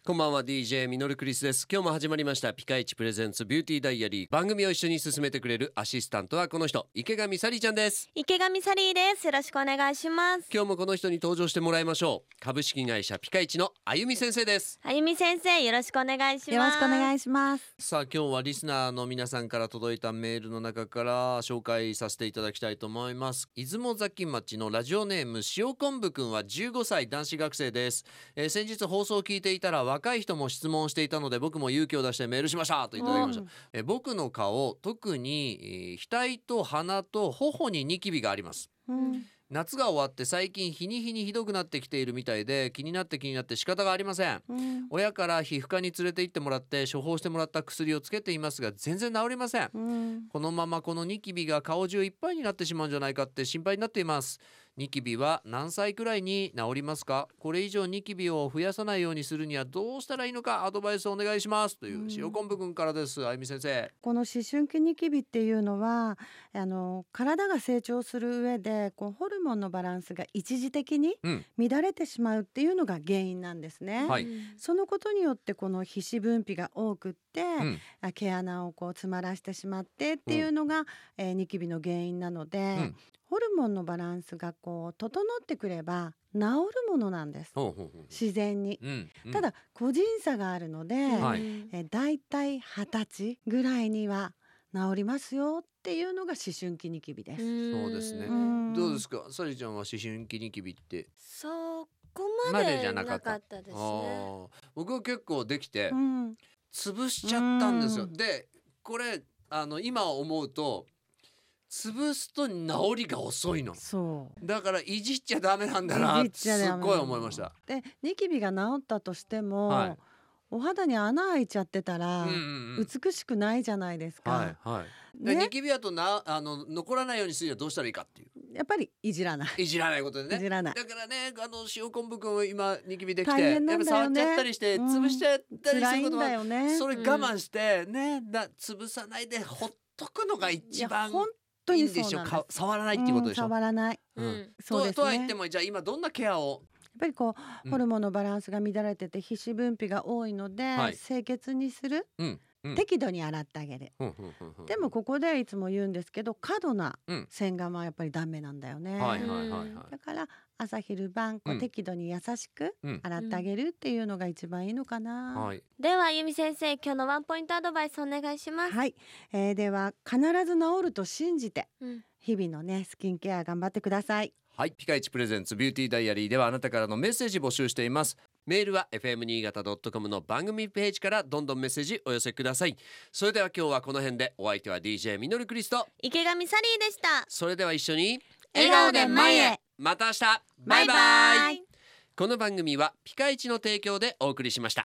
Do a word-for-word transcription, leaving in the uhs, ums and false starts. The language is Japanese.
こんばんは ディージェー ミノルクリスです。今日も始まりましたピカイチプレゼンツビューティーダイアリー。番組を一緒に進めてくれるアシスタントはこの人、池上サリーちゃんです。 池上サリーです。よろしくお願いします。 今日もこの人に登場してもらいましょう。株式会社ピカイチのあゆみ先生です。 あゆみ先生、よろしくお願いします。 よろしくお願いします。 さあ今日はリスナーの皆さんから届いたメールの中から紹介させていただきたいと思います。出雲崎町のラジオネーム塩昆布くんはじゅうごさい男子学生です。えー、先日放送を聞いていたら若い人も質問していたので僕も勇気を出してメールしましたといただきました。え僕の顔、特に額と鼻と頬にニキビがあります。うん、夏が終わって最近日に日にひどくなってきているみたいで気になって気になって仕方がありません。うん、親から皮膚科に連れて行ってもらって処方してもらった薬をつけていますが全然治りません。うん、このままこのニキビが顔中いっぱいになってしまうんじゃないかって心配になっています。ニキビは何歳くらいに治りますか？これ以上ニキビを増やさないようにするにはどうしたらいいのかアドバイスをお願いしますという塩昆布くんからです。あゆみ先生、 この思春期ニキビっていうのはあの体が成長する上でこうホルモンのバランスが一時的に乱れてしまうっていうのが原因なんですね。うんはい、そのことによってこの皮脂分泌が多くって、うん、毛穴をこう詰まらしてしまってっていうのが、うんえー、ニキビの原因なので、うんホルモンのバランスがこう整ってくれば治るものなんです。ほうほうほう自然に、うんうん、ただ個人差があるので、はい、えだいたいはたちぐらいには治りますよっていうのが思春期ニキビです。 そうですね。どうですかサリーちゃんは思春期ニキビって？ そこまでじゃなかったですね。あ僕は結構できて、うん、潰しちゃったんですよ。でこれあの今思うと潰すと治りが遅いの。そうだからいじっちゃダメなんだなってすっごい思いました。 でニキビが治ったとしても、はい、お肌に穴開いちゃってたら、うんうんうん、美しくないじゃないですか。はいはい、 でニキビ跡なあの残らないようにするにはどうしたらいいかっていう。 やっぱりいじらないいじらないことでね。 いじらない。 だからねあの塩昆布くん今ニキビできて、ね、やっぱ触っちゃったりして、うん、潰しちゃったりすることは、ね、それ我慢してね、うん、だ潰さないでほっとくのが一番いいんでしょうか。触らないっていうことでしょ。 うん、触らない、うんうん、そうですね。 と, とは言ってもじゃあ今どんなケアを？ やっぱりこう、うん、ホルモンのバランスが乱れてて皮脂分泌が多いので、はい、清潔にする、うんうん、適度に洗ってあげる、うんうんうんうん、でもここでいつも言うんですけど過度な洗顔はやっぱりダメなんだよね、うんはいはいはいはい、だから朝昼晩こう適度に優しく洗ってあげるっていうのが一番いいのかな、うんはい、 ではゆみ先生今日のワンポイントアドバイスお願いします。 はい、えー、では必ず治ると信じて、うん、日々のねスキンケア頑張ってください。 はい、ピカイチプレゼンツビューティーダイアリーではあなたからのメッセージ募集しています。メールは エフエム 新潟 ドットコム の番組ページからどんどんメッセージお寄せください。それでは今日はこの辺で。お相手は ディージェー ミノルクリスト池上サリーでした。 それでは一緒に笑顔で前へ。 また明日バイバイ。この番組はピカイチの提供でお送りしました。